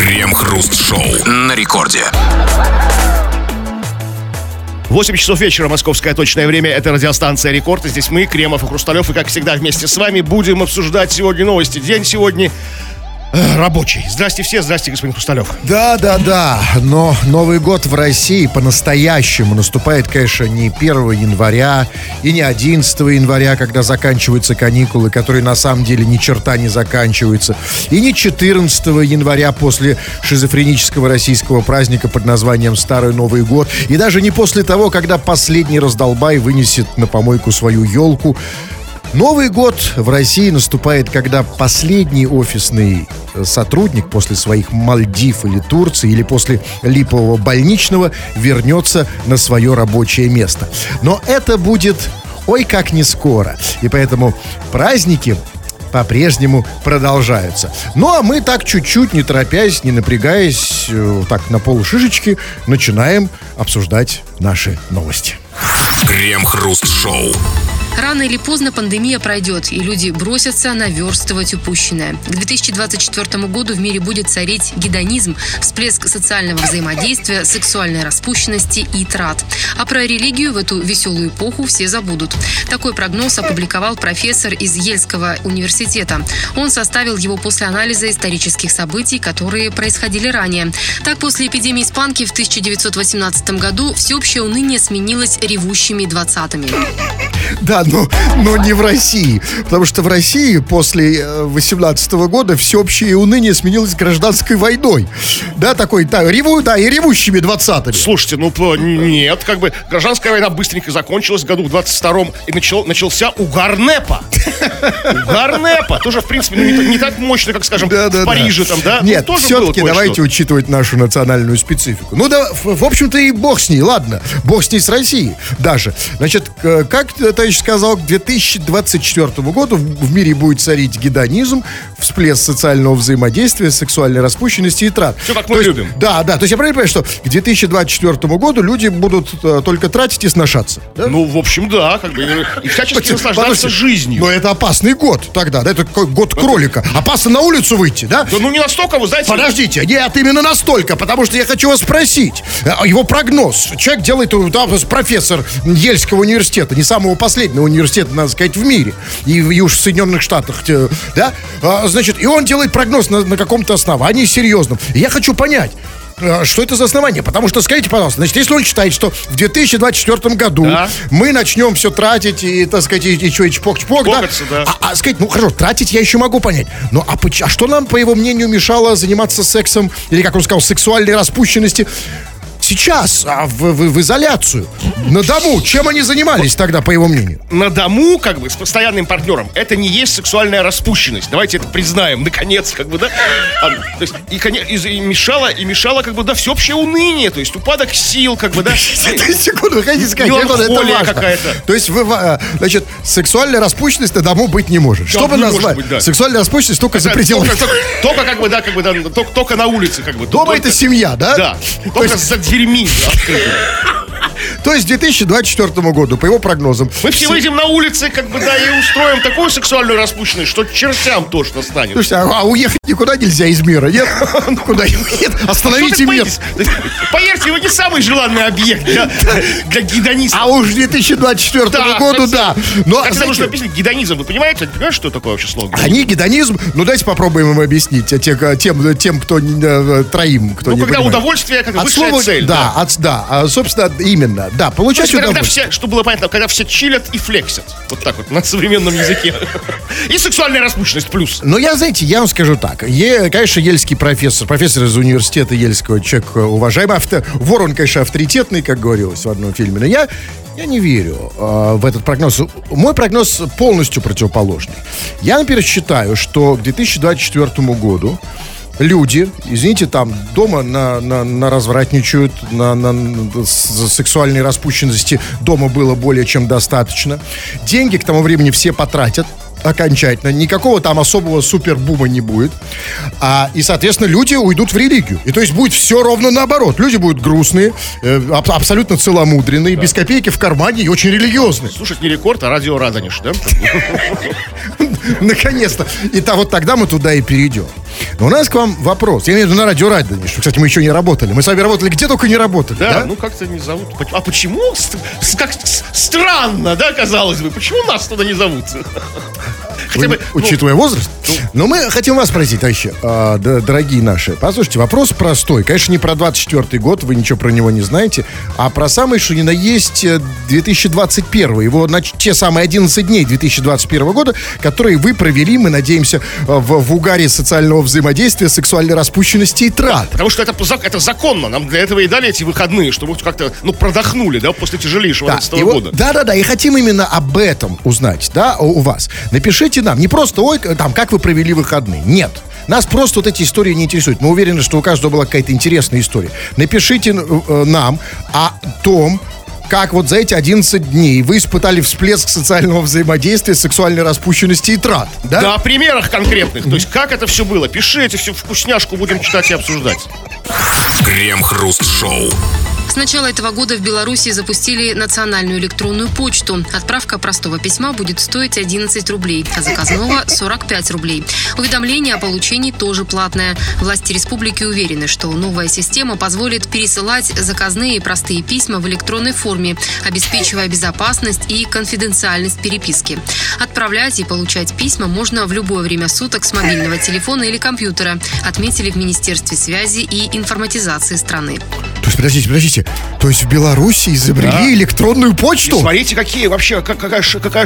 Крем-хруст-шоу на рекорде. 8 часов вечера, московское точное время. Это радиостанция «Рекорд». И здесь мы, Кремов и Хрусталев. И, как всегда, вместе с вами будем обсуждать сегодня новости. День сегодня рабочий. Здрасте все, здрасте, господин Хрусталев. Да. Но Новый год в России по-настоящему наступает, конечно, не 1 января и не 11 января, когда заканчиваются каникулы, которые на самом деле ни черта не заканчиваются, и не 14 января после шизофренического российского праздника под названием Старый Новый год, и даже не после того, когда последний раздолбай вынесет на помойку свою елку. Новый год в России наступает, когда последний офисный сотрудник после своих Мальдив или Турции, или после липового больничного вернется на свое рабочее место. Но это будет ой как не скоро. И поэтому праздники по-прежнему продолжаются. Ну, а мы так чуть-чуть, не торопясь, не напрягаясь, так на полушишечки, начинаем обсуждать наши новости. Крем-хруст-шоу. Рано или поздно пандемия пройдет, и люди бросятся наверстывать упущенное. К 2024 году в мире будет царить гедонизм, всплеск социального взаимодействия, сексуальной распущенности и трат. А про религию в эту веселую эпоху все забудут. Такой прогноз опубликовал профессор из Ельского университета. Он составил его после анализа исторических событий, которые происходили ранее. Так, после эпидемии испанки в 1918 году всеобщее уныние сменилось ревущими 20-ми. Да, но не в России. Потому что в России после 18 года всеобщее уныние сменилось гражданской войной. Да, такой, да, и ревущими 20-ми. Слушайте, нет, как бы гражданская война быстренько закончилась в году в 22-м, и начался угар НЭПа. Угар НЭПа. Тоже, в принципе, не так мощно, как, скажем, в Париже там, да? Нет, все-таки давайте учитывать нашу национальную специфику. Ну да, в общем-то и бог с ней, ладно. Бог с ней, с Россией даже. Значит, как товарищ сказал, к 2024 году в мире будет царить гедонизм, всплеск социального взаимодействия, сексуальной распущенности и трат. Все как мы любим. Да, то есть я правильно понимаю, что к 2024 году люди будут только тратить и сношаться? Да? Ну, в общем, да, как бы, и всячески наслаждаться жизнью. Но это опасный год тогда, да, это год кролика. Опасно на улицу выйти, да? Да, не настолько, вы знаете. Подождите, нет, именно настолько, потому что я хочу вас спросить. Его прогноз. Человек делает, профессор Ельского университета, не самого последнего университета, надо сказать, в мире, и уж в Соединенных Штатах, да, значит, и он делает прогноз на каком-то основании серьезном. И я хочу понять, что это за основание? Потому что, скажите, пожалуйста, значит, если он считает, что в 2024 году мы начнем все тратить и, так сказать, и чпок-чпок, да? Сказать, хорошо, тратить я еще могу понять. Но а что нам, по его мнению, мешало заниматься сексом, или, как он сказал, сексуальной распущенности сейчас, в изоляцию, на дому? Чем они занимались тогда, по его мнению? На дому, как бы, с постоянным партнером, это не есть сексуальная распущенность. Давайте это признаем, наконец, как бы, да? То есть, и мешало, как бы, да, всеобщее уныние, то есть упадок сил, как бы, да? Секунду, хотите сказать, меланхолия какая-то. То есть, значит, сексуальная распущенность на дому быть не может. Что бы назвать? Сексуальная распущенность только за пределами. Только, как бы, да, только на улице, как бы. Дома это семья, да? Да. Только за дверьми открытыми. То есть к 2024 году, по его прогнозам, мы все выйдем на улицы, как бы, да, и устроим такую сексуальную распущенность, что чертям тошно станет. Слушайте, а уехать никуда нельзя из мира, нет? Куда? Нет, остановите мир. Поверьте, вы не самый желанный объект для гедонизма. А уж к 2024 году, да. Когда нужно объяснить гедонизм, вы понимаете, что такое вообще слово? Они гедонизм, давайте попробуем им объяснить, тем, кто троим, кто не когда понимает. Удовольствие, как высшая цель. Да, собственно, именно, да, получать удовольствие. Чтобы было понятно, когда все чилят и флексят. Вот так вот, на современном языке. И сексуальная распущенность плюс. Но я вам скажу так. Конечно, ельский профессор из университета Ельского, человек уважаемый. Вор он, конечно, авторитетный, как говорилось в одном фильме. Но я не верю в этот прогноз. Мой прогноз полностью противоположный. Я, например, считаю, что к 2024 году люди, извините, там дома на развратничают, на сексуальной распущенности дома было более чем достаточно. Деньги к тому времени все потратят окончательно. Никакого там особого супербума не будет. И, соответственно, люди уйдут в религию. И то есть будет все ровно наоборот. Люди будут грустные, абсолютно целомудренные, без копейки в кармане и очень религиозные. Слушать не рекорд, а радио Радонеж, да? Наконец-то. И вот тогда мы туда и перейдем. Но у нас к вам вопрос. Я имею в виду на радио Радио, что, кстати, мы еще не работали. Мы с вами работали где только не работали, да? Ну как-то не зовут. А почему? Как странно, да, казалось бы. Почему нас туда не зовут? Хотя бы, учитывая возраст. Но мы хотим вас спросить, товарищи, дорогие наши. Послушайте, вопрос простой. Конечно, не про 24-й год, вы ничего про него не знаете, а про самый, что ни на есть, 2021. Его, те самые 11 дней 2021 года, которые вы провели, мы надеемся, в угаре социального взаимодействия, сексуальной распущенности и трат. Потому что это законно. Нам для этого и дали эти выходные, чтобы как-то, продохнули, да, после тяжелейшего 11 года. Да. И хотим именно об этом узнать, да, у вас. Напишите нам. Не просто, как вы провели выходные. Нет. Нас просто вот эти истории не интересуют. Мы уверены, что у каждого была какая-то интересная история. Напишите нам о том, как вот за эти 11 дней вы испытали всплеск социального взаимодействия, сексуальной распущенности и трат. Да? Да, о примерах конкретных. То есть, как это все было. Пишите, всю вкусняшку будем читать и обсуждать. Крем-хруст-шоу. С начала этого года в Беларуси запустили национальную электронную почту. Отправка простого письма будет стоить 11 рублей, а заказного – 45 рублей. Уведомление о получении тоже платное. Власти республики уверены, что новая система позволит пересылать заказные и простые письма в электронной форме, обеспечивая безопасность и конфиденциальность переписки. Отправлять и получать письма можно в любое время суток с мобильного телефона или компьютера, отметили в Министерстве связи и информатизации страны. То есть, подождите. То есть в Беларуси изобрели электронную почту? И смотрите, какие вообще, какая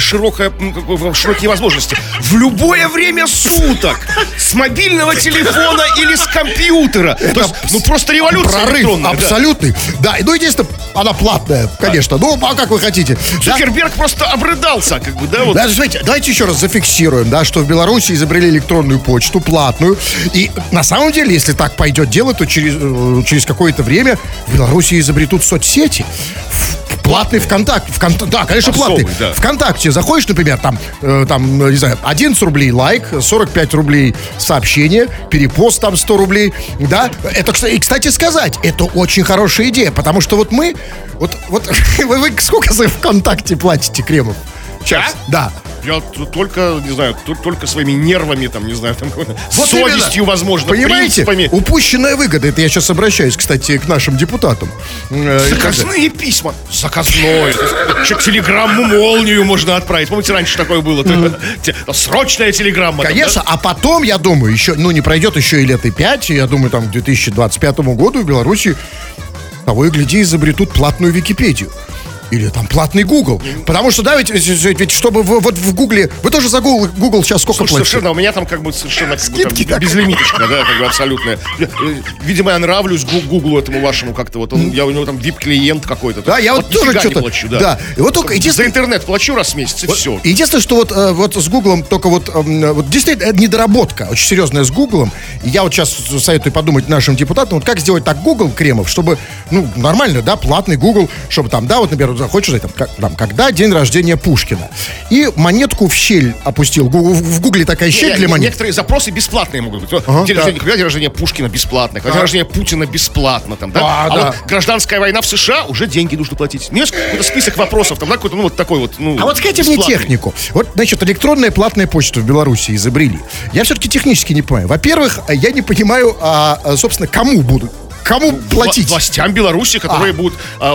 широкие возможности. В любое время суток. С мобильного телефона или с компьютера. То есть, просто революция прорыв электронная. Абсолютный. Да, единственное, она платная, конечно. Ну, а как вы хотите? Цукерберг просто обрыдался, да, вот. Да, смотрите, давайте еще раз зафиксируем, да, что в Беларуси изобрели электронную почту, платную. И на самом деле, если так пойдет дело, то через какое-то время в Беларуси изобретут соцсети. Платный ВКонтакте. Да, конечно, платный. Да. ВКонтакте заходишь, например, там, не знаю, 11 рублей лайк, 45 рублей сообщение, перепост там 100 рублей, да. Это, кстати сказать, это очень хорошая идея, потому что вот мы, вы сколько за ВКонтакте платите, Кремов? Час? Да. Я только, не знаю, только своими нервами, там, не знаю, там, вот совестью, именно. Возможно, понимаете? принципами. Упущенная выгода. Это я сейчас обращаюсь, кстати, к нашим депутатам. Заказные письма. Заказное. Телеграмму молнию можно отправить. Помните, раньше такое было? Срочная телеграмма. Конечно, а потом, я думаю, еще, не пройдет еще и лет и 5, я думаю, там, к 2025 году в Беларуси, того и гляди, изобретут платную Википедию. Или там платный Google. Потому что, да, ведь чтобы вот в Гугле... Вы тоже за Google сейчас сколько платите? Совершенно, у меня там совершенно скидки, там, безлимиточка, да, абсолютная. Видимо, я нравлюсь Гуглу этому вашему как-то. Вот я у него там VIP-клиент какой-то. Да, я вот тоже что-то... плачу, да. И вот только за интернет плачу раз в месяц, и все. Единственное, что вот с Гуглом только вот действительно недоработка очень серьезная с Гуглом. И я вот сейчас советую подумать нашим депутатам, вот как сделать так Google, Кремов, чтобы, нормально, да, платный Google, чтобы там, да, вот, например, захочешь узнать, когда день рождения Пушкина. И монетку в щель опустил. В Гугле такая щель для монет. Некоторые запросы бесплатные могут быть. Когда день рождения Пушкина бесплатно, когда день рождения Путина бесплатно. Там, да? Вот гражданская война в США, уже деньги нужно платить. Есть какой-то список вопросов, там, да, какой-то, вот такой вот, А вот скажите мне технику. Вот, значит, электронная платная почта в Беларуси изобрели. Я все-таки технически не понимаю. Во-первых, я не понимаю, собственно, кому платить? Властям Беларуси, которые будут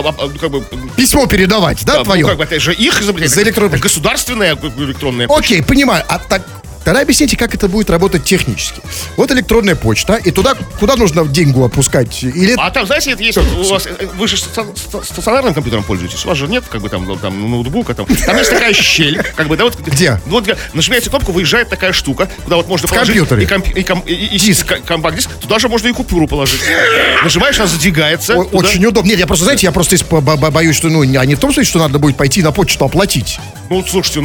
письмо передавать, да, твое? Это же их изобретение. Государственная электронная почта. Окей, понимаю. Тогда объясните, как это будет работать технически. Вот электронная почта, и туда, куда нужно деньгу опускать? Или... А там, знаете, это есть, у вас, вы же стационарным компьютером пользуетесь, у вас же нет, там ноутбука, там есть такая щель, да, вот. Где? Вот, нажимаете кнопку, выезжает такая штука, куда вот можно положить... В компьютере. И диск, компакт-диск, туда же можно и купюру положить. Нажимаешь, она задвигается. Очень удобно. Нет, я просто боюсь, что, а не в том смысле, что надо будет пойти на почту оплатить. Слушайте,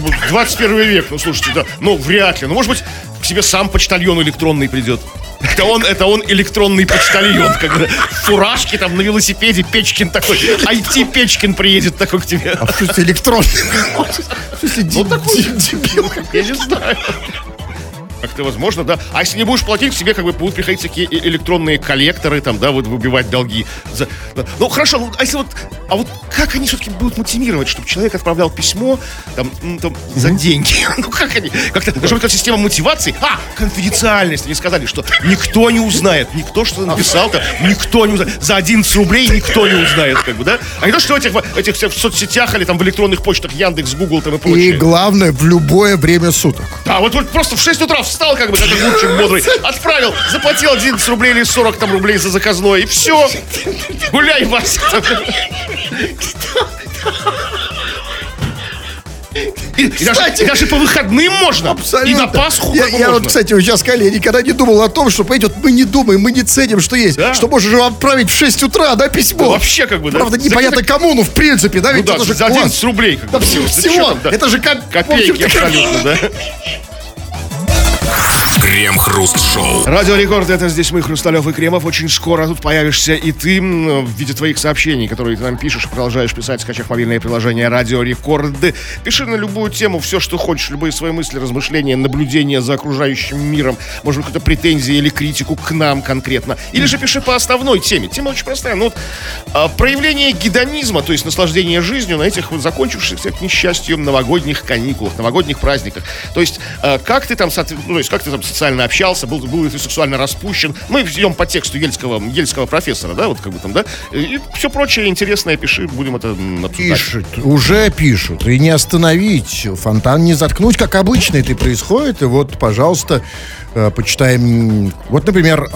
21 век, слушайте, да, вряд ли. Может быть, к себе сам почтальон электронный придет. Это он электронный почтальон, когда в фуражке, там, на велосипеде, Печкин такой, IT-Печкин приедет такой к тебе. А что это электронный? Дебил. Я не знаю. Как-то возможно, да. А если не будешь платить, к тебе как бы будут приходить всякие электронные коллекторы, там, да, вот выбивать долги. Ну, хорошо, а если вот... А вот как они все-таки будут мотивировать, чтобы человек отправлял письмо там за деньги? Ну, как они? Как-то должна быть как система мотивации. Конфиденциальность. Они сказали, что никто не узнает. Никто что написал-то, никто не узнает. За 11 рублей никто не узнает, как бы, да? А не то, что в этих в соцсетях или там в электронных почтах Яндекс, Google там и прочее. И главное, в любое время суток. Да, вот просто в 6 утра встал, как бы, как огурчик бодрый, отправил, заплатил 11 рублей или 40 там рублей за заказной, и все. Гуляй, Вася. И даже по выходным можно. Абсолютно. И на Пасху Я вот, кстати, вот сейчас, Коля, никогда не думал о том, что, понимаете, вот мы не думаем, мы не ценим, что есть. Да. Что можно же отправить в 6 утра, да, письмо. Ну, вообще, как бы, да. Правда, непонятно кому, но в принципе, да, ведь Ну да, это же за 11 рублей. Как бы, всего. Там, да. Это же как... Копейки абсолютно, да. Крем-хруст-шоу. Радио Рекорд, это здесь мы, Хрусталев и Кремов. Очень скоро тут появишься и ты в виде твоих сообщений, которые ты нам пишешь и продолжаешь писать, скачав мобильное приложение Радио Рекорд. Пиши на любую тему, все, что хочешь, любые свои мысли, размышления, наблюдения за окружающим миром. Может быть, какие-то претензии или критику к нам конкретно. Или же пиши по основной теме. Тема очень простая. Ну, вот, проявление гедонизма, то есть наслаждение жизнью на этих вот закончившихся, к несчастью, новогодних каникулах, новогодних праздниках. То есть, как ты там, социально общался, был ли ты сексуально распущен. Мы идем по тексту ельского профессора, да, вот как бы там, да, и все прочее интересное пиши, будем это обсуждать. Пишут, уже пишут. И не остановить, фонтан не заткнуть, как обычно это и происходит. И вот, пожалуйста, почитаем. Вот, например,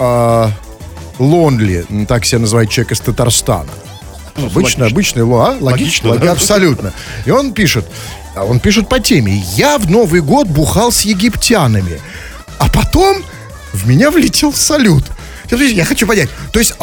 Лонли, так себя называет человек из Татарстана. Обычный логично, да? Абсолютно. И он пишет по теме: «Я в Новый год бухал с египтянами, а потом в меня влетел салют». Я хочу понять. То есть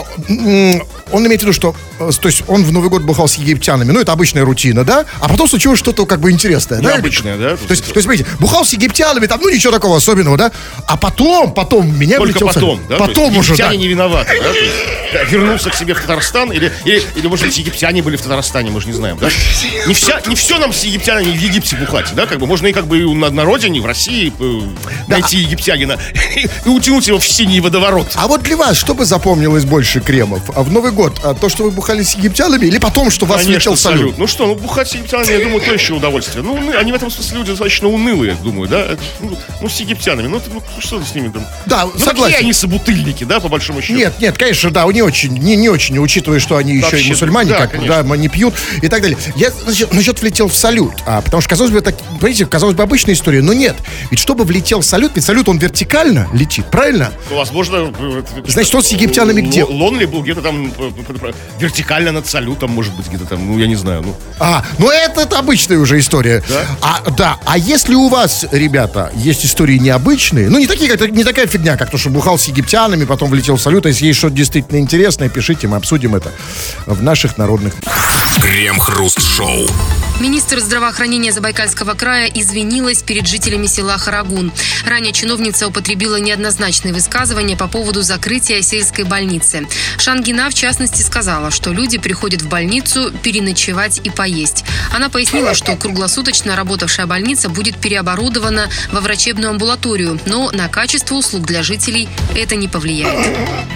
он имеет в виду, что то есть он в Новый год бухал с египтянами, ну это обычная рутина, да? А потом случилось что-то как бы интересное, да? Необычное, да? То есть, смотрите, бухал с египтянами, там, ну ничего такого особенного, да? А потом меня только влетел потом, салют. да? Потом уже, египтяне да. не виноваты, да? Да, вернулся к себе в Татарстан, или может быть, египтяне были в Татарстане, мы же не знаем, да? Не все нам с египтянами в Египте бухать, да? Как бы можно и как бы на родине, в России найти египтянина и утянуть его в синий водоворот. А вот для вас, что бы запомнилось больше, Кремов? А в Новый год то, что вы бухали с египтянами, или потом, что вас влетел салют? Ну что, бухать с египтянами, я думаю, то еще удовольствие. Ну, они в этом смысле люди достаточно унылые, я думаю, да? Ну, с египтянами, ну что с ними там? Да, согласен. Какие они собутыльники, да, по большому счету? Нет, конечно, да, не очень, учитывая, что они еще и мусульмане, да, как да, не пьют и так далее. Я, насчет влетел в салют, потому что, казалось бы, обычная история, но нет. Ведь чтобы влетел в салют, ведь салют, он вертикально летит, правильно? Ну, возможно... Значит, он с египтянами где? Лонли был где-то там вертикально над салютом, может быть, где-то там, ну, я не знаю. Ну это обычная уже история. Да? А если у вас, ребята, есть истории необычные, ну, не такая фигня, как то, что бухал с египтянами, потом влетел в салют, а если есть что-то действительно интересное, пишите, мы обсудим это в наших народных... Крем-хруст-шоу. Министр здравоохранения Забайкальского края извинилась перед жителями села Харагун. Ранее чиновница употребила неоднозначные высказывания по поводу закрытия сельской больницы. Шангина, в частности, сказала, что люди приходят в больницу переночевать и поесть. Она пояснила, что круглосуточно работавшая больница будет переоборудована во врачебную амбулаторию, но на качество услуг для жителей это не повлияет.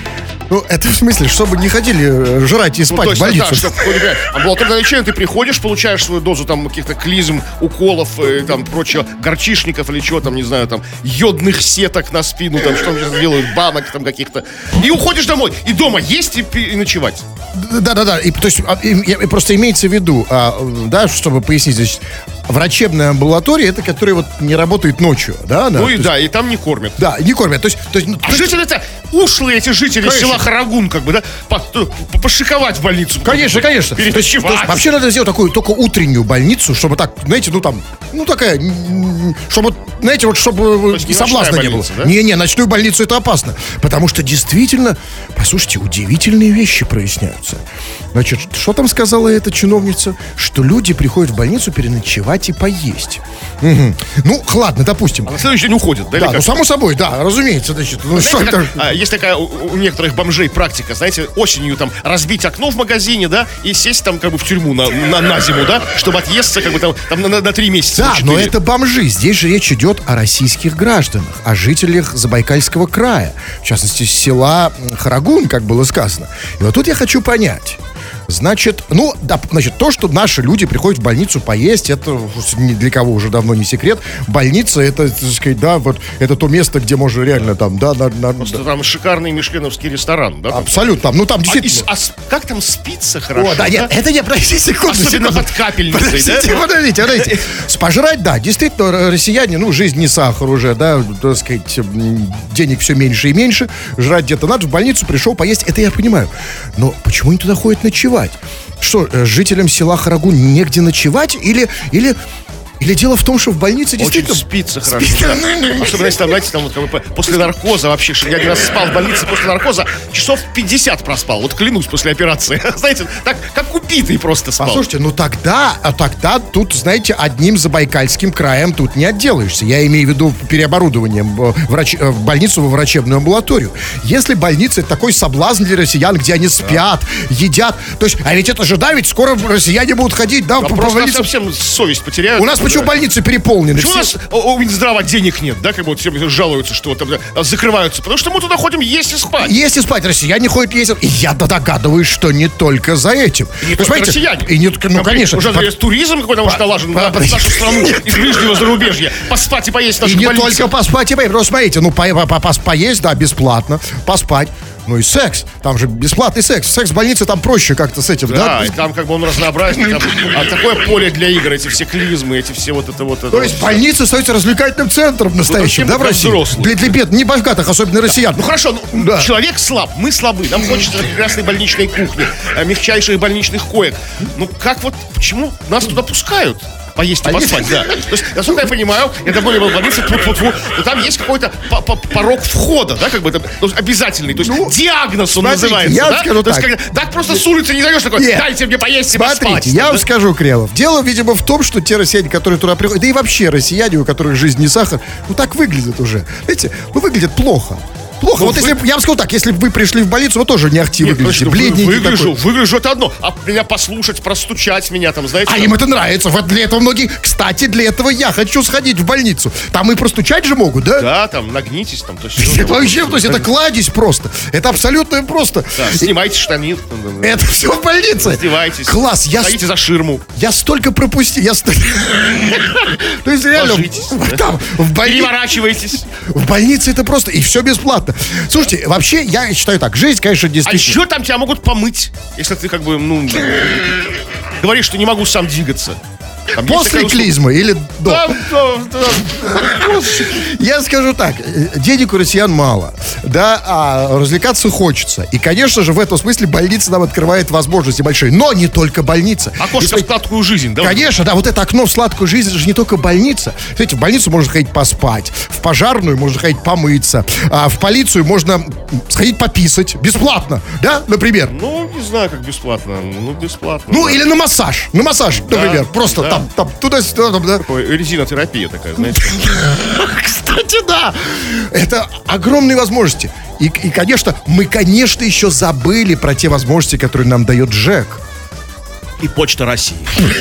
Ну, это в смысле, чтобы не ходили жрать и спать в больницу. Амбулаторное лечение, ты приходишь, получаешь свою дозу там каких-то клизм, уколов, там, прочего, горчишников или чего там, не знаю, там, йодных сеток на спину, там, что сейчас делают, банок там каких-то. И уходишь домой. И дома есть и ночевать. Да. И, то есть, просто имеется в виду, да, чтобы пояснить, значит, врачебная амбулатория, это которая вот не работает ночью, да? Ну и да, и там не кормят. Да, не кормят. То есть, жители-то, ушлые эти жители села Харагун, как бы, да, пошиковать в больницу. Конечно. Переночевать. То есть вообще надо сделать такую только утреннюю больницу, чтобы так, знаете, такая, чтобы, знаете, вот чтобы и соблазна не было. Да? Не, ночную больницу это опасно. Потому что действительно, послушайте, удивительные вещи проясняются. Значит, что там сказала эта чиновница? Что люди приходят в больницу переночевать и поесть. Угу. Ну, ладно, допустим. А на следующий день уходят, да? Да, само собой, да, разумеется, значит. Знаете, есть такая у некоторых бомжей практика, знаете, осенью там разбить окно в магазине, да, и сесть там как бы в тюрьму на зиму, да, чтобы отъесться как бы там на 3 месяца. Да, но это бомжи. Здесь же речь идет о российских гражданах, о жителях Забайкальского края, в частности, села Харагун, как было сказано. И вот тут я хочу понять. Значит, то, что наши люди приходят в больницу поесть, это ни для кого уже давно не секрет. Больница, это, так сказать, да, вот это то место, где можно реально там, да, Просто там шикарный мишленовский ресторан, да? Абсолютно, там, там действительно. Как там спится хорошо? О, да, нет, это не, подождите секунду. Особенно под капельницей, да? Подождите. Пожрать, да, действительно, россияне, жизнь не сахар уже, да, так сказать, денег все меньше и меньше, жрать где-то надо, в больницу пришел поесть, это я понимаю. Но почему они туда ходят ночевать? Что, жителям села Харагун негде ночевать? Или дело в том, что в больнице действительно... Очень спится хорошо, да. Особенно если там, знаете, там вот как бы после наркоза вообще, я один раз спал в больнице после наркоза, часов 50 проспал, вот клянусь, после операции. Знаете, так, как убитый просто спал. Послушайте, тогда тут, знаете, одним Забайкальским краем тут не отделаешься. Я имею в виду переоборудованием в больницу во врачебную амбулаторию. Если больница — это такой соблазн для россиян, где они спят, едят, то есть, а ведь это же, да, ведь скоро россияне будут ходить, да, по просто больнице. совсем совесть потеряют. У нас почему больницы переполнены? Почему у нас у Минздрава денег нет, да, как бы вот все жалуются, что там закрываются, потому что мы туда ходим есть и спать. Есть и спать, россияне ходят есть. И я догадываюсь, что не только за этим. Не только россияне. И конечно. Уже есть туризм какой-то может налажен на нашу страну из ближнего зарубежья. Поспать и поесть в нашей больнице. И не только поспать и поесть. Просто смотрите, поесть, да, бесплатно. Поспать. Ну и секс. Там же бесплатный секс. Секс в больнице там проще как-то с этим, да? Да, и там как бы он разнообразнее. Такое поле для игр, эти все клизмы, эти все вот это вот. То есть больница становится развлекательным центром настоящим, да, в России? Для бед, не богатых, особенно россиян. Ну хорошо, человек слаб, мы слабы. Нам хочется прекрасной больничной кухни, мягчайших больничных коек. Почему нас туда пускают? Поесть и поспать, да. То есть, насколько я понимаю, я давно не был в больнице, но там есть какой-то порог входа, да, как бы это обязательный. То есть диагноз он называется. Я да? скажу так. Так просто с улицы не даешь такой, дайте мне поесть и поспать. Смотрите, я вам скажу, Кремов. Дело, видимо, в том, что те россияне, которые туда приходят, да и вообще россияне, у которых жизнь не сахар, так выглядят уже. Знаете, выглядят плохо. Плохо. Вот если, я вам скажу так, если бы вы пришли в больницу, вы тоже не ахти выглядите. Бледненький такой. Выгляжу, это одно. А меня послушать, простучать меня там, знаете. А им это нравится. Вот для этого многие... Кстати, для этого я хочу сходить в больницу. Там и простучать же могут, да? Да, там, нагнитесь там. Это вообще, то есть это кладезь просто. Это абсолютно просто. Да, снимайте штанину. Это все в больнице. Снимайтесь. Класс. Стоите за ширму. Я столько пропустил. То есть реально... Переворачивайтесь. В больнице это просто... И все бесплатно. Слушайте, вообще, я считаю так, жизнь, конечно, действительно... А еще там тебя могут помыть, если ты как бы, говоришь, что не могу сам двигаться. Там после клизмы или до? Я скажу так, денег у россиян мало, да, а развлекаться хочется. И, конечно же, в этом смысле больница нам открывает возможности большие. Но не только больница. Окошко в сладкую жизнь, да? Конечно, да, вот это окно в сладкую жизнь, это же не только больница. Смотрите, в больницу можно ходить поспать, в пожарную можно ходить помыться, а в полицию можно сходить пописать. Бесплатно, да, например? Не знаю, как бесплатно. Бесплатно. Или на массаж, например. Просто там туда-сюда, да. Резинотерапия такая, знаете. Кстати, да. Это огромные возможности. И, конечно, мы, конечно, еще забыли про те возможности, которые нам дает ЖЭК. И Почта России.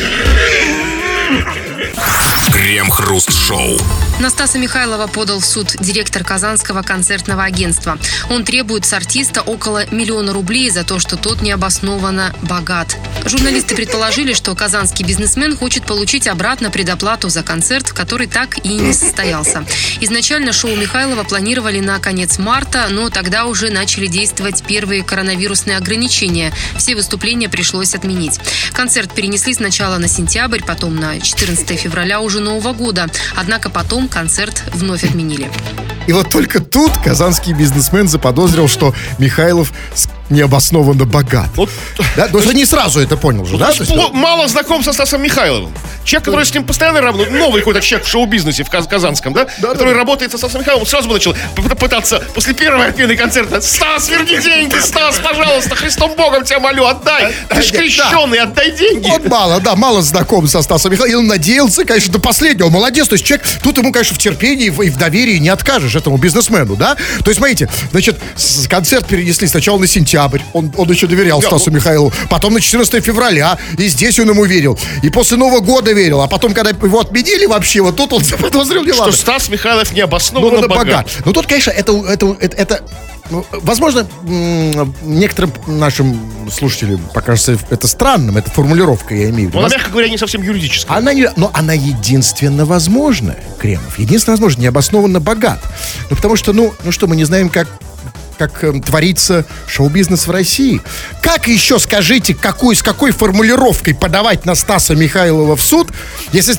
Крем-хруст-шоу. На Стаса Михайлова подал в суд директор Казанского концертного агентства. Он требует с артиста около 1 миллиона рублей за то, что тот необоснованно богат. Журналисты предположили, что казанский бизнесмен хочет получить обратно предоплату за концерт, который так и не состоялся. Изначально шоу Михайлова планировали на конец марта, но тогда уже начали действовать первые коронавирусные ограничения. Все выступления пришлось отменить. Концерт перенесли сначала на сентябрь, потом на 14 февраля уже Нового года. Однако потом концерт вновь отменили. И вот только тут казанский бизнесмен заподозрил, что Михайлов необоснованно богат. Вот. Да? Но ты не сразу это понял же, да? Мало знаком со Стасом Михайловым. Человек, который с ним постоянно работает, новый какой-то человек в шоу-бизнесе в Казанском, да? Который работает со Стасом Михайловым, сразу бы начал пытаться после первой отмены концерта: Стас, верни деньги, Стас, пожалуйста, Христом Богом тебя молю, отдай. Ты ж крещеный, отдай деньги. Он мало знаком со Стасом Михайловым. И он надеялся, конечно, до последнего. Молодец, то есть человек, тут ему, конечно, в терпении и в доверии не откажешь этому бизнесмену, да? То есть, смотрите, значит, концерт перенесли сначала на сентябрь, он еще доверял Стасу Михайлову, потом на 14 февраля, и здесь он ему верил, и после Нового года верил, а потом, когда его отменили вообще, вот тут он заподозрил, что Стас Михайлов необоснованно богат. Ну, тут, конечно, это возможно, некоторым нашим слушателям покажется это странным, это формулировка, я имею в виду. Она, мягко говоря, не совсем юридическая. Но она единственно возможная, Кремов. Единственно возможно, необоснованно богат. Ну, потому что, что мы не знаем, как творится шоу-бизнес в России. Как еще, скажите, с какой формулировкой подавать на Стаса Михайлова в суд, если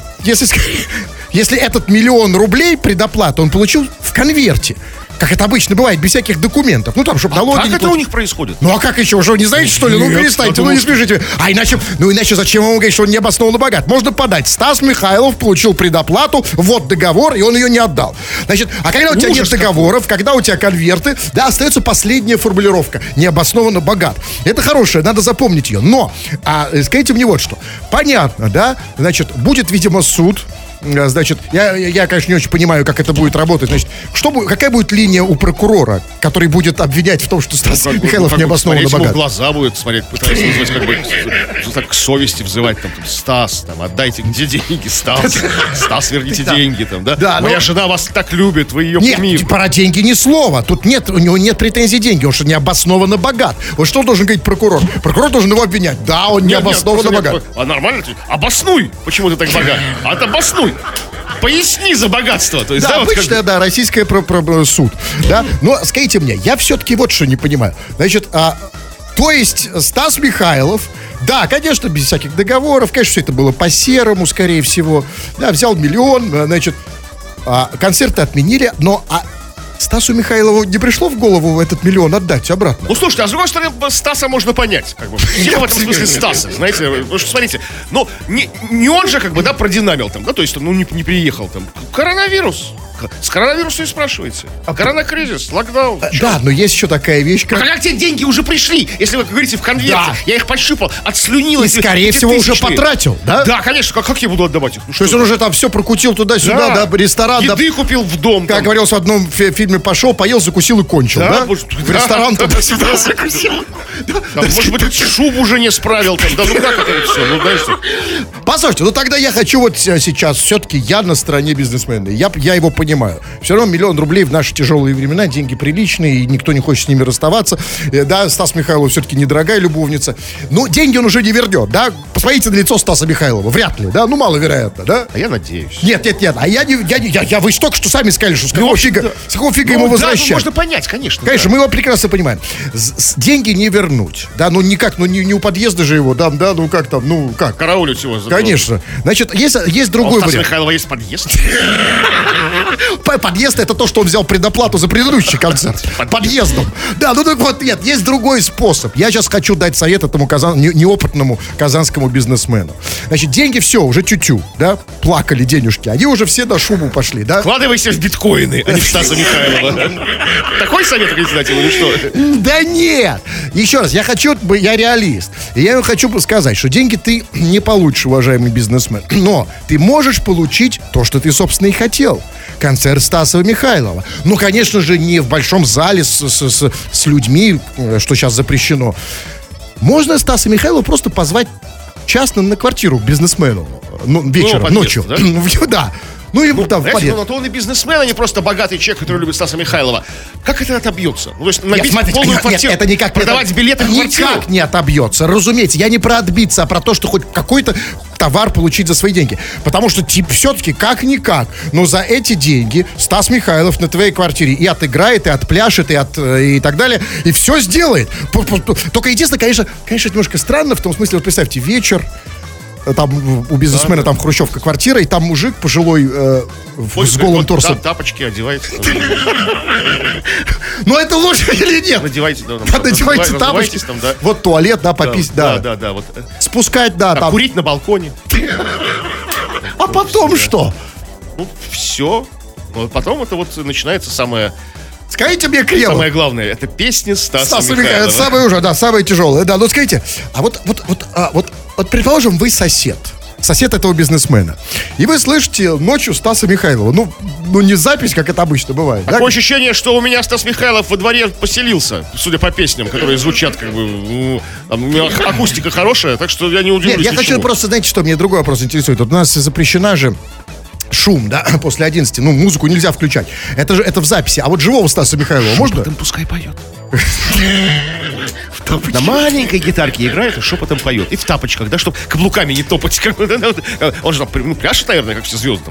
этот 1 миллион рублей предоплаты он получил в конверте? Как это обычно бывает, без всяких документов. Ну, там, чтобы налоги... Как это у них происходит? Ну, а как еще? Вы не знаете, что ли? Ну, перестаньте, не смешите. Иначе зачем вам говорить, что он необоснованно богат? Можно подать. Стас Михайлов получил предоплату, вот договор, и он ее не отдал. Значит, а когда у тебя нет договоров, когда у тебя конверты, да, остается последняя формулировка. Необоснованно богат. Это хорошая, надо запомнить ее. Но, скажите мне вот что. Понятно, да? Значит, будет, видимо, суд. Значит, я, конечно, не очень понимаю, как это будет работать. Значит, какая будет линия у прокурора, который будет обвинять в том, что Стас Михайлов необоснованно богат? Ему в глаза будет смотреть, пытаясь вызвать, так к совести взывать, Стас, отдайте, где деньги, Стас, верните деньги, да? Моя жена вас так любит, вы ее кумир. Нет, про деньги ни слова. Тут у него нет претензий деньги, он что, необоснованно богат. Вот что должен говорить прокурор? Прокурор должен его обвинять. Да, он необоснованно богат. А нормально? Обоснуй, почему ты так богат. Обоснуй. Поясни за богатство. То есть, да, обычная, российская суд. Да? Но скажите мне, я все-таки вот что не понимаю. Значит, то есть Стас Михайлов, да, конечно, без всяких договоров, конечно, все это было по-серому, скорее всего. Да, взял 1 миллион, значит, концерты отменили, но... Стасу Михайлову не пришло в голову этот 1 миллион отдать обратно? Ну, слушайте, а с другой стороны, Стаса можно понять. Все в этом смысле Стаса, знаете. Потому что, смотрите, не он же, продинамил там, да, то есть, не приехал там. Коронавирус. С коронавирусом и спрашиваете. Коронакризис, локдаун. Да, но есть еще такая вещь, как... Как те деньги уже пришли, если вы говорите в конверте. Да. Я их пощупал, отслюнил. И, скорее всего, уже потратил, да? Да, конечно. Как я буду отдавать их? То есть он уже там все прокутил туда-сюда, да, ресторан. Еды купил в дом. Как говорилось в одном фильме, пошел, поел, закусил и кончил, да? В ресторан туда-сюда закусил. Может быть, шубу уже не справил. Да, ну как это все? Ну, знаешь. Послушайте, тогда я хочу вот сейчас, все-таки я на стороне бизнесмена. Я его понимаю. Все равно 1 миллион рублей в наши тяжелые времена, деньги приличные, и никто не хочет с ними расставаться. Да, Стас Михайлов все-таки недорогая любовница. Ну, деньги он уже не вернет, да? Посмотрите на лицо Стаса Михайлова, вряд ли, да? Ну, маловероятно, да? А я надеюсь. Нет, а вы только что сами сказали, что с какого фига ему возвращать? Да, можно понять, конечно. Конечно, мы его прекрасно понимаем. Деньги не вернуть, да, ну никак, не у подъезда же его, да, ну как там, ну как? Караулить его. Конечно. Значит, есть другой вариант. У Стаса Михайлова есть подъезд? Подъезд — это то, что он взял предоплату за предыдущий концерт. Подъездом. Да, ну так вот, нет, есть другой способ. Я сейчас хочу дать совет этому неопытному казанскому бизнесмену. Значит, деньги все, уже тю-тю, да, плакали денежки. Они уже все на шубу пошли, да. Вкладывайся в биткоины, а не в Стаса Михайлова. Такой совет хотите дать или что? Да нет. Еще раз, я реалист. И я хочу сказать, что деньги ты не получишь, уважаемый бизнесмен. Но ты можешь получить то, что ты, собственно, и хотел. Концерт Стаса Михайлова. Ну, конечно же, не в большом зале с людьми, что сейчас запрещено. Можно Стаса Михайлова просто позвать частно на квартиру к бизнесмену. Вечером, ночью. Да? Да. Ну, ему там в подъезд. Он и бизнесмен, а не просто богатый человек, который любит Стаса Михайлова. Как это отобьется? Ну, то есть набить полную квартиру, это никак продавать билеты в квартиру? Никак не отобьется. Разумеется, я не про отбиться, а про то, что хоть какой-то товар получить за свои деньги. Потому что все-таки как-никак, но за эти деньги Стас Михайлов на твоей квартире и отыграет, и отпляшет, и так далее, и все сделает. Только единственное, конечно, немножко странно, в том смысле, вот представьте, вечер, там у бизнесмена там хрущевка квартира, и там мужик пожилой с голым торсом. Тапочки одевайте. Но это лучше или нет? Надевайте тапочки. Там, да. Вот туалет, да, попить, да. Да. Вот. Спускать, да. Там. Курить на балконе. А потом что? Ну, все. Ну, потом это вот начинается самое... Скажите мне, Кремов. Самое главное, это песня Стаса Михайлова. Это самое уже, да, самое тяжелое. Да, ну скажите, вот предположим, вы сосед этого бизнесмена. И вы слышите ночью Стаса Михайлова. Ну не запись, как это обычно бывает. Такое ощущение, что у меня Стас Михайлов во дворе поселился, судя по песням, которые звучат, как бы, у меня акустика хорошая, так что я не удивлюсь. Нет, я хочу просто, знаете, что меня другой вопрос интересует. Вот у нас запрещена же шум, да, после 11. Ну, музыку нельзя включать. Это в записи. А вот живого Стаса Михайлова можно? Шепотом пускай поет. На маленькой гитарке играет и шепотом поет. И в тапочках, да, чтобы каблуками не топать. Он же там пляшет, наверное, как все звезды.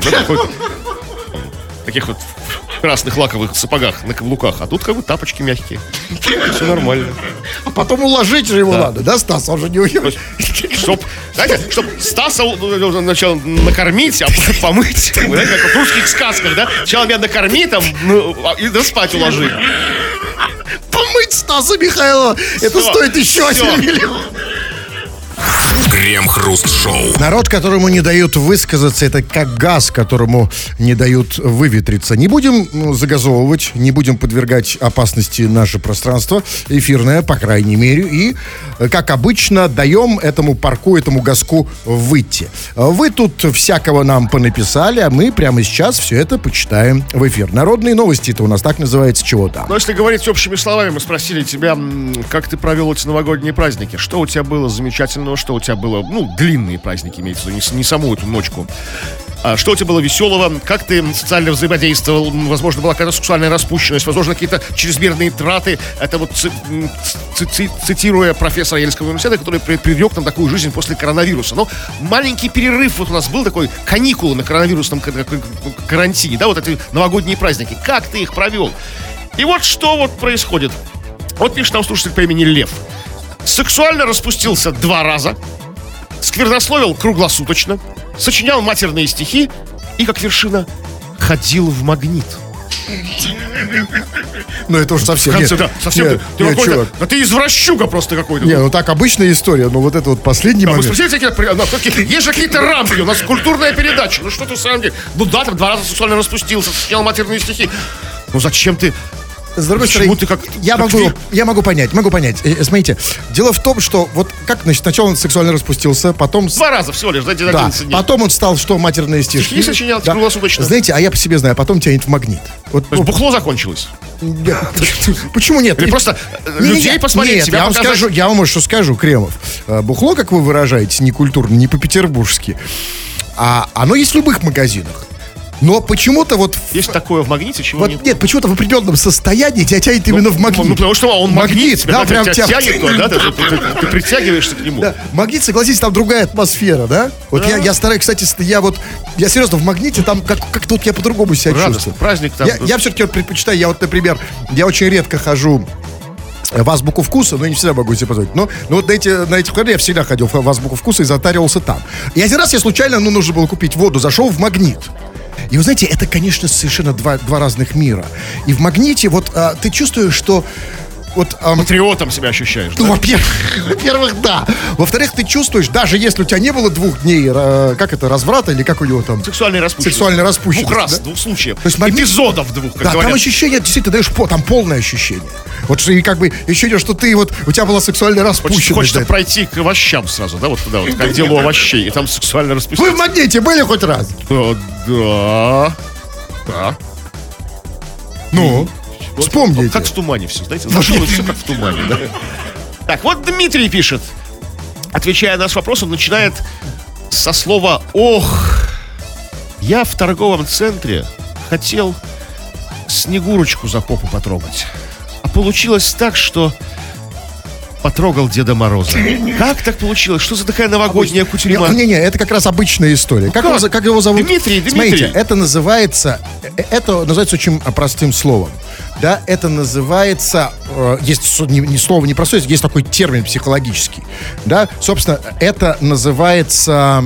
В таких вот красных лаковых сапогах на каблуках. А тут как бы тапочки мягкие. Все нормально. А потом уложить же его надо, да, Стас? Он же не уехал. Чтоб Стаса сначала накормить, а потом помыть. Знаете, как в русских сказках, да? Сначала меня накорми там, и да спать уложи. Помыть Стаса Михайлова, это стоит еще 1 миллион. Крем-хруст-шоу. Народ, которому не дают высказаться, это как газ, которому не дают выветриться. Не будем загазовывать, не будем подвергать опасности наше пространство эфирное, по крайней мере. И, как обычно, даем этому парку, этому газку выйти. Вы тут всякого нам понаписали, а мы прямо сейчас все это почитаем в эфир. Народные новости, это у нас так называется, чего там. Но если говорить общими словами, мы спросили тебя, как ты провел эти новогодние праздники. Что у тебя было замечательного, что у тебя было, длинные праздники, имеется в виду, не саму эту ночку. Что у тебя было веселого? Как ты социально взаимодействовал? Возможно, была какая-то сексуальная распущенность, возможно, какие-то чрезмерные траты. Это вот цитируя профессора Ельского университета, который предрек нам такую жизнь после коронавируса. Но маленький перерыв вот у нас был такой, каникулы на коронавирусном карантине, да, вот эти новогодние праздники. Как ты их провел? И вот что вот происходит. Вот пишет нам слушатель по имени Лев. Сексуально распустился 2 раза, сквернословил круглосуточно, сочинял матерные стихи и, как вершина, ходил в Магнит. Ну, это уж совсем... Совсем. Ты извращуга просто какой-то. Не, так обычная история, но вот это вот последний момент... Вы смотрите, есть же какие-то рамки, у нас культурная передача. Ну, что ты в самом деле... Да, там 2 раза сексуально распустился, сочинял матерные стихи. Ну, зачем ты... С другой стороны, я могу понять. Смотрите, дело в том, что вот как, значит, сначала он сексуально распустился, потом... 2 раза всего лишь, знаете, 11 дней. Потом он стал, что матерные стихи. Стихи сочинял круглосуточно. Знаете, а я по себе знаю, потом тянет в Магнит. Вот, то есть бухло закончилось? Почему нет? Или просто людей посмотреть, себя показать? Я вам, может, что скажу, Кремов. Бухло, как вы выражаете, не культурно, не по-петербургски, а оно есть в любых магазинах. Но почему-то вот... Есть такое в Магните, чего вот нет? Почему-то в определенном состоянии тебя тянет именно в Магнит. Ну, потому что он магнит, да, прям тебя тянет, да, ты притягиваешься к нему. Да. Магнит, согласитесь, там другая атмосфера, да? Вот да. Я стараюсь, кстати, я серьезно, в Магните там как-то вот я по-другому себя чувствую. Праздник там. Я все-таки вот предпочитаю, я вот, например, я очень редко хожу в азбуку вкуса, но я не всегда могу себе позволить. Но вот на эти выходные я всегда ходил в азбуку вкуса и затаривался там. И один раз я случайно, нужно было купить воду, зашел в Магнит. И вы знаете, это, конечно, совершенно два разных мира. И в Магните вот ты чувствуешь, что... Вот, патриотом себя ощущаешь, да? Во-первых, да. Во-вторых, ты чувствуешь, даже если у тебя не было 2 дней, как это, разврата, или как у него там? Сексуальной распущенности. 2 раз, да? 2 случаев. То есть эпизодов 2, как да, говорят. Там ощущение, действительно, даешь, там полное ощущение. Вот и как бы ощущение, что ты вот, у тебя была сексуальная распущенность. Хочется пройти к овощам сразу, да, вот туда вот, к отделу овощей, и там сексуально распуститься. Вы в Магните были хоть раз? Да. Ну? Вспомните. Как в тумане все, знаете, зашел все как в тумане, да? Так, вот Дмитрий пишет, отвечая на наш вопрос, он начинает со слова «Ох, я в торговом центре хотел Снегурочку за попу потрогать, а получилось так, что потрогал Деда Мороза. Как так получилось? Что за такая новогодняя кутерьма? Не, это как раз обычная история. Как его зовут? Дмитрий. Смотрите, это называется очень простым словом. Да, это называется, есть слово непростое, есть такой термин психологический. Да, собственно, это называется,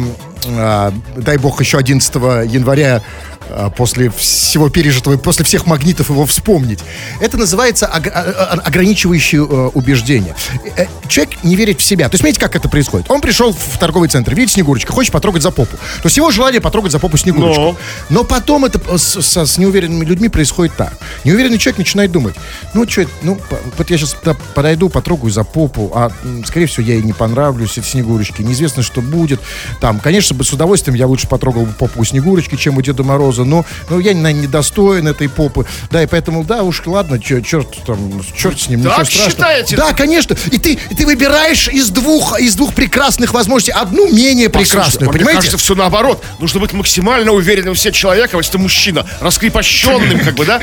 дай бог, еще 11 января, после всего пережитого, после всех магнитов его вспомнить. Это называется ограничивающее убеждение. Человек не верит в себя. То есть, смотрите, как это происходит. Он пришел в торговый центр, видит Снегурочка, хочет потрогать за попу. То есть, его желание потрогать за попу Снегурочку. Но потом это с неуверенными людьми происходит так. Неуверенный человек начинает думать, вот я сейчас подойду, потрогаю за попу, а, скорее всего, я ей не понравлюсь, этой Снегурочке. Неизвестно, что будет. Там, конечно, с удовольствием я лучше потрогал попу у Снегурочки, чем у Деда Мороза. Но я, наверное, недостоин этой попы. Да, и поэтому, да, уж ладно, черт с ним, ничего страшного. Считаете? Да, конечно. И ты выбираешь из двух прекрасных возможностей одну менее прекрасную, понимаете? Мне кажется, все наоборот. Нужно быть максимально уверенным в себе человеком, если ты мужчина, раскрепощенным, как бы, да,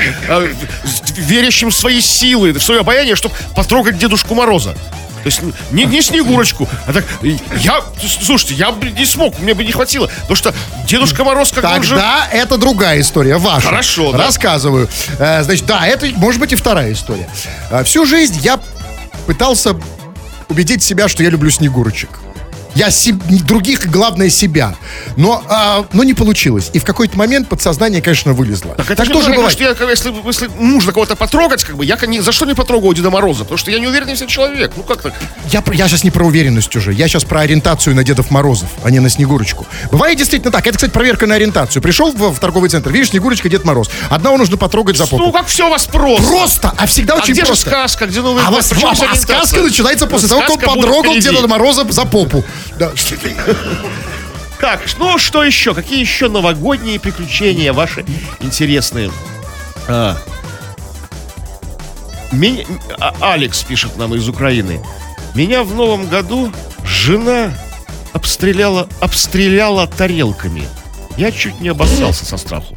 верящим в свои силы, в свое обаяние, чтобы потрогать Дедушку Мороза. То есть не Снегурочку, а так, слушайте, я бы не смог, мне бы не хватило, потому что Дедушка Мороз как бы уже... Тогда это другая история, ваша. Хорошо, да. Рассказываю. Значит, да, это может быть и вторая история. Всю жизнь я пытался убедить себя, что я люблю Снегурочек. Я других, главное, себя. Но не получилось. И в какой-то момент подсознание, конечно, вылезло. Так тоже бывает. Что если нужно кого-то потрогать, как бы, я ни за что не потрогаю Деда Мороза, потому что я не уверенный в себе человек. Ну как так? Я сейчас не про уверенность уже. Я сейчас про ориентацию на Дедов Морозов, а не на Снегурочку. Бывает действительно так. Это, кстати, проверка на ориентацию. Пришел в торговый центр, видишь, Снегурочка, Дед Мороз. Одного нужно потрогать за попу. Ну как все у вас просто. Просто, а всегда очень где просто. Же сказка, где Новый год? А сказка начинается после того, как он потрогал Деда Мороза за попу. Да. Так, ну что еще? Какие еще новогодние приключения ваши интересные? Алекс пишет нам из Украины. Меня в новом году жена обстреляла тарелками. Я чуть не обоссался со страху.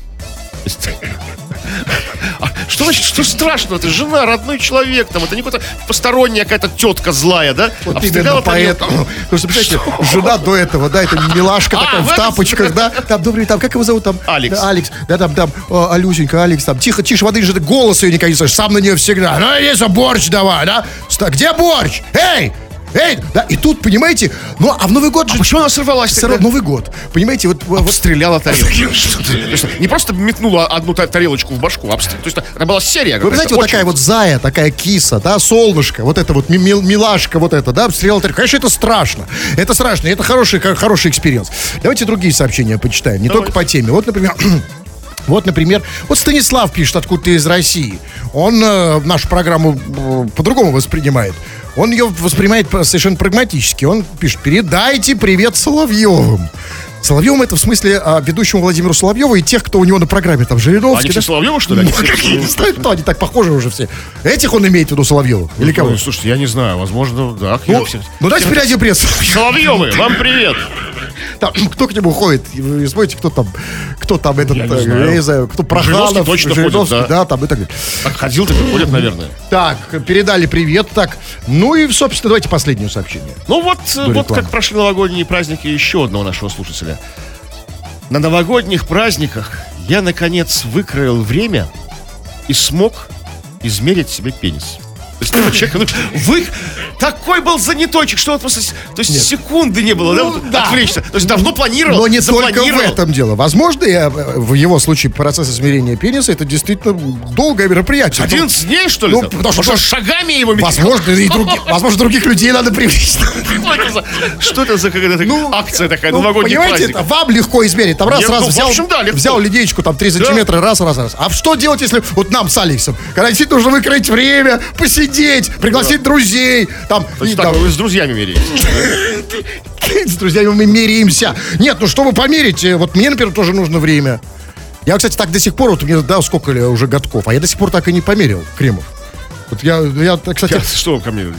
Что значит, что страшно? Это жена, родной человек, там, это не какая-то посторонняя какая-то тетка злая, да? Вот именно поэтому. Потому что, представляете, жена до этого, да, это милашка такая в тапочках, да? Там, добрый, там, как его зовут там? Алекс. Да, Алекс, да, там, Алюсенька, Алекс, там, тише, воды же, голос ее никогда не слышишь, сам на нее всегда. Ну, есть борщ давай, да? Где борщ? Эй, да, и тут, понимаете, ну, а в Новый год же... почему она сорвалась тогда? Новый год, понимаете, вот... Обстреляла тарелку. Не просто метнула одну тарелочку в башку, то есть это была серия. Вы знаете, вот такая вот зая, такая киса, да, солнышко, вот это вот милашка вот это, да, обстреляла тарелку. Конечно, это страшно, и это хороший экспириенс. Давайте другие сообщения почитаем, не только по теме. Вот, например, Станислав пишет, откуда-то из России. Он нашу программу по-другому воспринимает. Он ее воспринимает совершенно прагматически. Он пишет: передайте привет Соловьевым. Соловьевым — это в смысле ведущему Владимиру Соловьеву и тех, кто у него на программе. Там Жириновский. Они все Соловьевы, что ли? Я не знаю, кто. Они так похожи уже все. Этих он имеет в виду, Соловьеву? Или кого? Слушайте, я не знаю. Возможно, да. Ну, дайте передайте пресс. Соловьевы, вам привет. Там, кто к нему ходит? Вы смотрите, кто там этот, я не знаю, кто Проханов, точно ходит, да, там и так далее. Ходил, так и ходит, наверное. Так, передали привет, так. Ну и, собственно, давайте последнее сообщение. Ну вот как прошли новогодние праздники еще одного нашего слушателя. На новогодних праздниках я, наконец, выкроил время и смог измерить себе пенис. Такой был занятойчик, что вот просто, то есть секунды не было, да, отвлечься. То есть давно планировал. Но не только в этом дело. Возможно, в его случае процесс измерения пениса — это действительно долгое мероприятие. 11 дней, что ли? Ну, потому что шагами его мерить. Возможно, других людей надо привлечь. Что это за какая-то акция такая, новогодний праздник? Понимаете, вам легко измерить. Там раз взял линеечку, там 3 сантиметра, раз. А что делать, если вот нам с Алексом, когда действительно нужно выкроить время, посидеть, пригласить друзей. Вы с друзьями меряете. С друзьями мы меряемся. Нет, ну чтобы померить, вот мне, например, тоже нужно время. Я, кстати, так до сих пор, вот мне сколько уже годков, а я до сих пор так и не померил, Кремов. Вот я кстати... Что ко мне?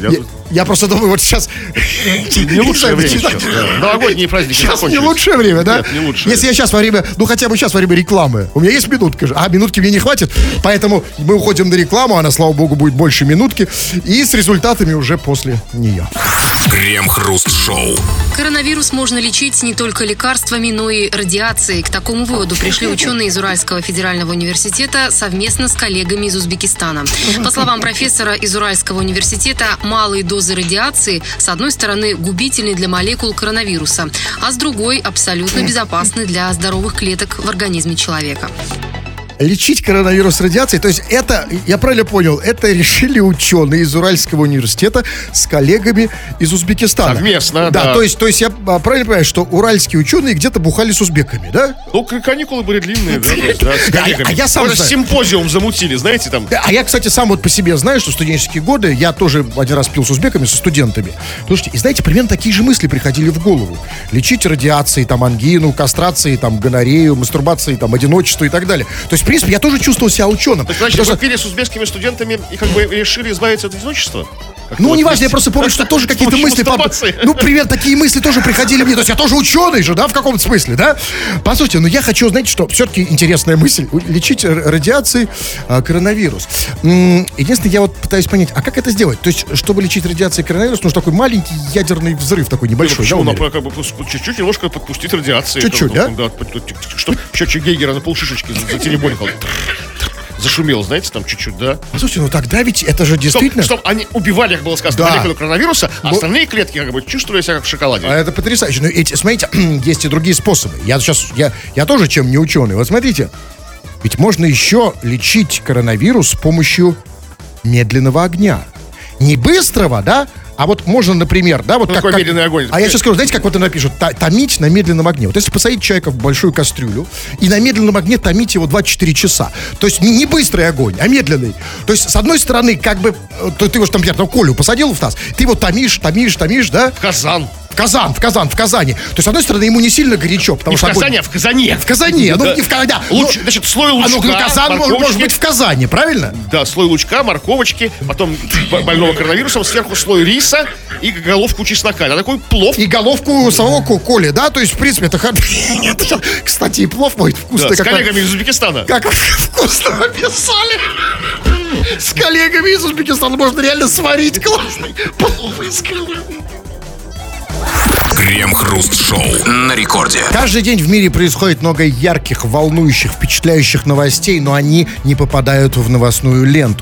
Я просто думаю, вот сейчас... Не лучшее время сейчас. Новогодние праздники Сейчас закончились. не лучшее время, да? Нет, не лучшее. Если я сейчас во время, хотя бы сейчас во время рекламы, у меня есть минутка же, а минутки мне не хватит, поэтому мы уходим на рекламу, она, слава богу, будет больше минутки, и с результатами уже после нее. Крем-хруст-шоу. Коронавирус можно лечить не только лекарствами, но и радиацией. К такому выводу пришли ученые из Уральского федерального университета совместно с коллегами из Узбекистана. По словам профессора из Уральского университета, малые дозы радиации, с одной стороны, губительны для молекул коронавируса, а с другой, абсолютно безопасны для здоровых клеток в организме человека. Лечить коронавирус радиацией, то есть это, я правильно понял, это решили ученые из Уральского университета с коллегами из Узбекистана. Совместно, да. да. То есть я правильно понимаю, что уральские ученые где-то бухали с узбеками, да? Ну, каникулы были длинные, да, то есть, да, с коллегами. А я сам Просто знаю. симпозиум замутили, знаете, там. А я, кстати, сам вот по себе знаю, что в студенческие годы я тоже один раз пил с узбеками, со студентами. Слушайте, и знаете, примерно такие же мысли приходили в голову. Лечить радиацией, там, ангину, кастрацией, там, гонорею, мастурбацией, там, одиночество и так далее. То есть, в принципе, я тоже чувствовал себя ученым. То есть, значит, вы пили с узбекскими студентами и как бы решили избавиться от одиночества? Ну, неважно, я просто помню, что тоже какие-то мысли... примерно такие мысли тоже приходили мне. То есть я тоже ученый же, да, в каком-то смысле, да? Послушайте, я хочу, знаете, что все-таки интересная мысль. Лечить радиацией коронавирус. Единственное, я вот пытаюсь понять, а как это сделать? То есть, чтобы лечить радиацией коронавирус, нужен такой маленький ядерный взрыв, такой небольшой. Почему? Да, Как бы чуть-чуть немножко подпустить радиации. Чуть-чуть, да? Чтобы счетчик Гейгера на полшишечки затеребонькал. Зашумел, знаете, там чуть-чуть, да? Слушайте, тогда ведь это же действительно... Чтобы они убивали, как было сказано, молекулы коронавируса, а остальные клетки как бы чувствовали себя как в шоколаде. А это потрясающе. Но смотрите, есть и другие способы. Я тоже чем не ученый. Вот смотрите, ведь можно еще лечить коронавирус с помощью медленного огня. Не быстрого, да? А вот можно, например, да, вот такой медленный огонь. А я сейчас скажу, знаете, как вот это напишут? Томить на медленном огне. Вот если посадить человека в большую кастрюлю и на медленном огне томить его 24 часа. То есть не быстрый огонь, а медленный. То есть, с одной стороны, как бы, ты его, например, Колю посадил в таз, ты его томишь, да? В казан. В Казани. То есть, с одной стороны, ему не сильно горячо, потому не что... в Казани, а в Казане. В Казане, да. не в Казани. Значит, слой лучка, Казан может быть в Казани, правильно? Да, слой лучка, морковочки, потом больного коронавирусом, сверху слой риса и головку чеснока. Это такой плов. И головку самого Коли, да? То есть, в принципе, это... Кстати, и плов будет вкусный. Да, с коллегами из Узбекистана. Как вкусно описали. С коллегами из Узбекистана можно реально сварить классный плов из коллегами. Крем-хруст-шоу на рекорде. Каждый день в мире происходит много ярких, волнующих, впечатляющих новостей, но они не попадают в новостную ленту.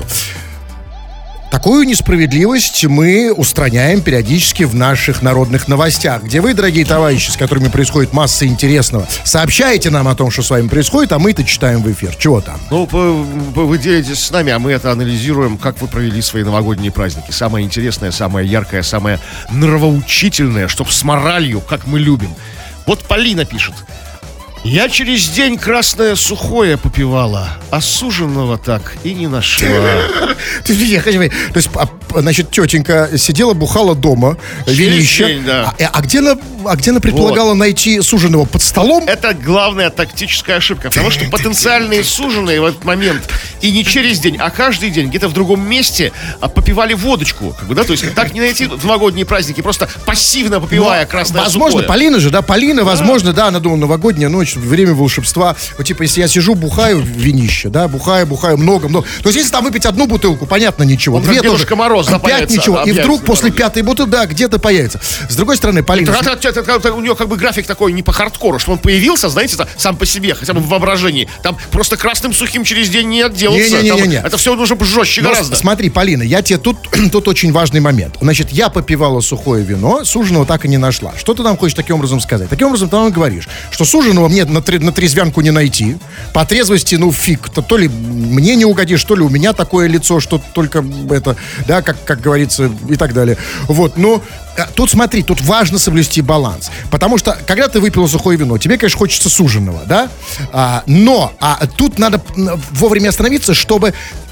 Такую несправедливость мы устраняем периодически в наших народных новостях, где вы, дорогие товарищи, с которыми происходит масса интересного, сообщаете нам о том, что с вами происходит, а мы это читаем в эфир. Чего там? Ну, вы делитесь с нами, а мы это анализируем, как вы провели свои новогодние праздники. Самое интересное, самое яркое, самое нравоучительное, чтоб с моралью, как мы любим. Вот Полина пишет. Я через день красное сухое попивала, а суженого так и не нашла. То есть, значит, тетенька сидела, бухала дома, винище. Да. А где она предполагала найти суженого? Под столом? Это главная тактическая ошибка, потому что потенциальные суженые в этот момент и не через день, а каждый день где-то в другом месте попивали водочку. Как бы, да? То есть так не найти в новогодние праздники, просто пассивно попивая красное возможно, сухое. Полина же, да? Полина, возможно, да, она думала, новогодняя ночь, время волшебства. Вот типа, если я сижу, бухаю винище, да, бухаю много. То есть, если там выпить одну бутылку, понятно, ничего. Он Две как Дедушка тоже. Мороз, да, 5 ничего. И вдруг после пятой бутылки, да, где-то появится. С другой стороны, Полина... У нее как бы график такой не по хардкору, что он появился, знаете, сам по себе, хотя бы в воображении. Там просто красным сухим через день не отделаться. Не. Это все уже жестче гораздо. Смотри, Полина, я тебе тут очень важный момент. Значит, я попивала сухое вино, суженого так и не нашла. Что ты нам хочешь таким образом сказать? Таким образом ты нам говоришь, что суженого мне на трезвянку не найти. По трезвости, фиг. То ли мне не угодишь, то ли у меня такое лицо, что только это, да, как говорится, и так далее. Вот, тут смотри, тут важно соблюсти баланс. Потому что, когда ты выпил сухое вино, тебе, конечно, хочется суженого, да? Но тут надо вовремя остановиться, чтобы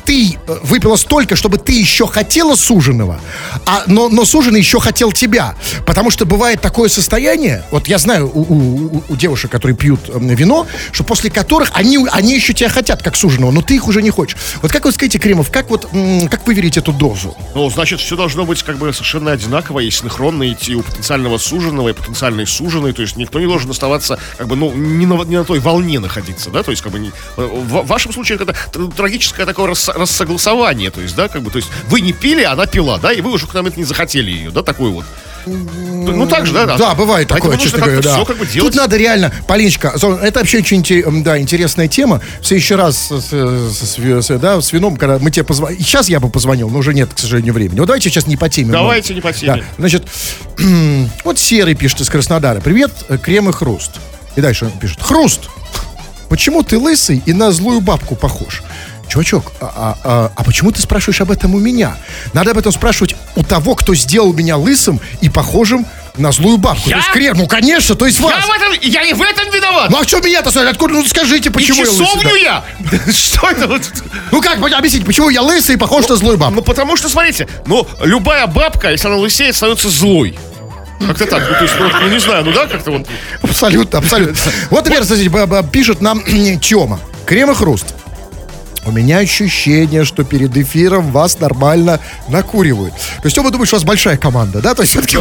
ты выпила столько, чтобы ты еще хотела суженого, но суженый еще хотел тебя. Потому что бывает такое состояние, вот я знаю у девушек, которые пьют вино, что после которых они еще тебя хотят, как суженого, но ты их уже не хочешь. Вот как вы скажите, Кремов, как выверить эту дозу? Ну, значит, все должно быть как бы совершенно одинаково и синхронно идти у потенциального суженого и потенциальной суженой, то есть никто не должен оставаться как бы, не на той волне находиться, да, то есть как бы в вашем случае это трагическое такое рассогласование, то есть, да, как бы, то есть вы не пили, она пила, да, и вы уже к нам это не захотели ее, да, такой вот. Ну, так же, да? Да, бывает такое, честно говоря, да. Все как бы делать. Тут надо реально, Полиночка, это вообще очень интересная тема. В следующий раз с вином, когда мы тебе позвоним. Сейчас я бы позвонил, но уже нет, к сожалению, времени. Вот давайте сейчас не по теме. Давайте не по теме. Да. Значит, вот Серый пишет из Краснодара. Привет, Крем и Хруст. И дальше он пишет. Хруст, почему ты лысый и на злую бабку похож? Чувачок, а почему ты спрашиваешь об этом у меня? Надо об этом спрашивать у того, кто сделал меня лысым и похожим на злую бабку. Я? То есть Крем, ну конечно, то есть вас. Я и в этом виноват. Ну а что меня-то смотрят? Откуда? Ну скажите, почему и я лысый? часовню я? Что это вот? Ну как, объясните, почему я лысый и похож на злую бабку? Ну потому что, смотрите, любая бабка, если она лысеет, становится злой. Как-то так, ну, то есть, ну, не знаю, ну да, как-то вот. Абсолютно. Вот теперь, смотрите, пишет нам Тёма. Крем и Хруст. У меня ощущение, что перед эфиром вас нормально накуривают. То есть, Тёма думает, что у вас большая команда, да? То есть, все-таки...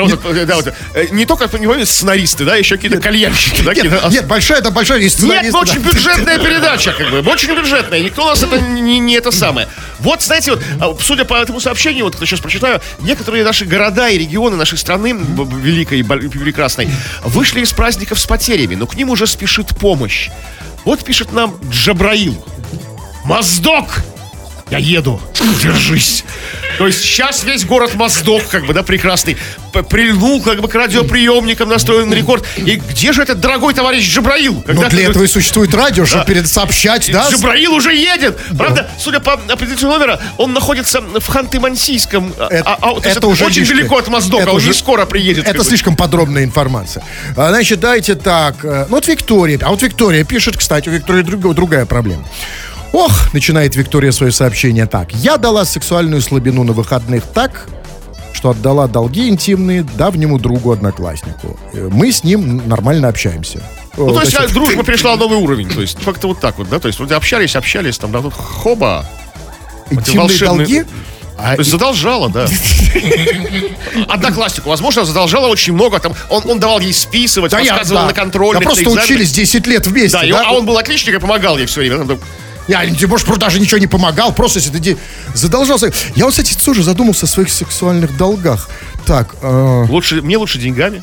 Не только, понимаете, сценаристы, да, еще какие-то кальянщики, да? Нет, большая, есть сценаристы. Нет, очень бюджетная передача, как бы, очень бюджетная. Никто у нас это не это самое. Вот, знаете, вот, судя по этому сообщению, вот, сейчас прочитаю, некоторые наши города и регионы нашей страны, великой и прекрасной, вышли из праздников с потерями, но к ним уже спешит помощь. Вот пишет нам Джабраил. Моздок! Я еду, держись. То есть сейчас весь город Моздок, как бы, да, прекрасный, прильнул, как бы, к радиоприемникам, настроен на рекорд. И где же этот дорогой товарищ Джабраил? Но для этого и существует радио, чтобы сообщать, да? Джабраил уже едет. Правда, судя по определению номера, он находится в Ханты-Мансийском. Это уже очень далеко от Моздока, он не скоро приедет. Это слишком подробная информация. Значит, дайте так. Ну вот Виктория. А вот Виктория пишет, кстати, у Виктории другая проблема. Ох, начинает Виктория свое сообщение так. Я дала сексуальную слабину на выходных так, что отдала долги интимные давнему другу-однокласснику. Мы с ним нормально общаемся. Ну, то есть дружба перешла на новый уровень. То есть как-то вот так вот, да? То есть вроде общались, там, да, тут хоба. Интимные долги? То есть задолжала, да. Однокласснику, возможно, задолжала очень много. Там, он давал ей списывать, подсказывал на контрольных. Да просто учились 10 лет вместе. Да, а он был отличник и помогал ей все время. Я, может, даже ничего не помогал, просто если ты задолжался. Я вот, кстати, тоже задумался о своих сексуальных долгах. Так. Мне лучше деньгами.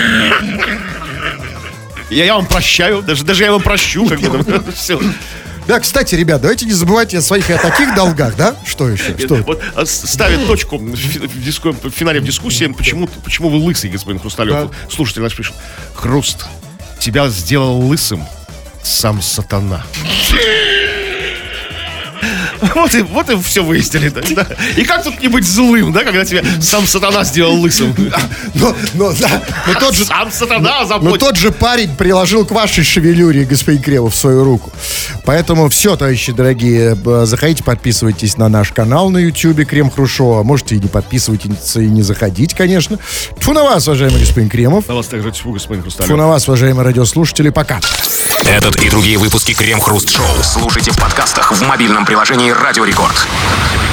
Я вам прощаю, даже я вам прощу, как бы, все. Да, кстати, ребят, давайте не забывайте о своих и о таких долгах, да? Что еще? Что? Вот ставит точку в финале в дискуссии, почему вы лысый, господин Хрусталев. Да. Слушайте, наш пишет. Хруст, тебя сделал лысым сам сатана. Вот и все выяснили, да. И как тут не быть злым, да, когда тебя сам сатана сделал лысым? Сам сатана заботится. Но тот же парень приложил к вашей шевелюре, господин Кремов, свою руку. Поэтому все, товарищи дорогие, заходите, подписывайтесь на наш канал на YouTube Крем-Хруст Шоу. Можете и не подписываться, и не заходить, конечно. Тьфу на вас, уважаемый господин Кремов. На вас также тьфу, господин Хрусталев. Тьфу на вас, уважаемые радиослушатели. Пока. Этот и другие выпуски Крем-Хруст Шоу слушайте в подкастах в мобильном приложении Радио Рекорд.